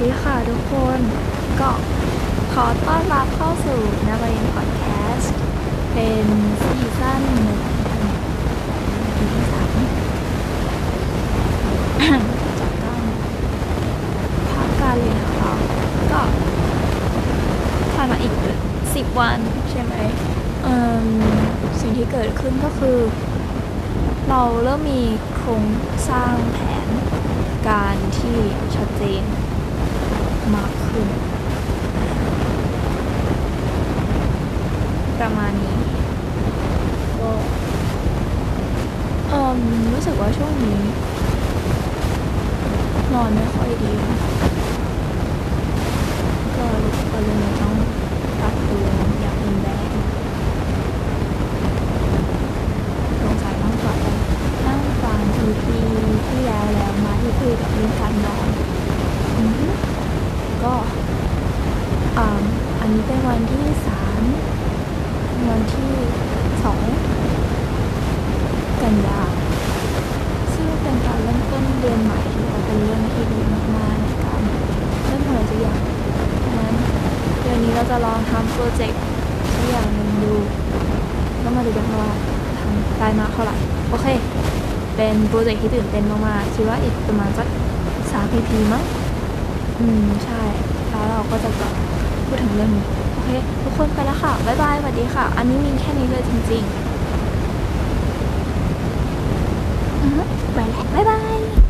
ดีค่ะทุกคนก็ขอต้อนรับเข้าสู่นาบารินพอดแคสต์เป็นซีซั่นหนึ่งที่สามจากการภาคการเรียนของเราก็ผ่านมาอีก10 วันใช่ไหมสิ่งที่เกิดขึ้นก็คือเราเริ่มมีโครงสร้างแผนการที่ชัดเจนมากขึ้นประมาณนี้ก็รู้สึกว่าช่วงนี้นอนไม่ค่อยดีก็เลยต้องปรับตัวอย่างรุนแรงสงสัยต้องกลับไปนั่งฟัง EP ที่แล้วมาที่คุยกับเรื่องการนอนก็อันนี้เป็นวันที่3วันที่2กันยาซึ่งเป็นการเริ่มต้นเดือนใหม่ที่ว่าเป็นเรื่องที่ดีมากๆในการเริ่มทำอะไรสักอย่างดังนั้นเดือนนี้เราจะลองทำโปรเจกต์สักอย่างหนึ่งดูแล้วมาดูกันว่าทำได้มากเท่าไหร่โอเคเป็นโปรเจกต์ที่ตื่นเต้นมากๆคิดว่าอีกประมาณสัก3 EP มั้งใช่แล้วเราก็จะกลับพูดถึงเรื่องนี้โอเคทุกคนไปแล้วค่ะบ๊ายบายสวัสดีค่ะอันนี้มีแค่นี้เลยจริงๆไปแล้วบ๊ายบาย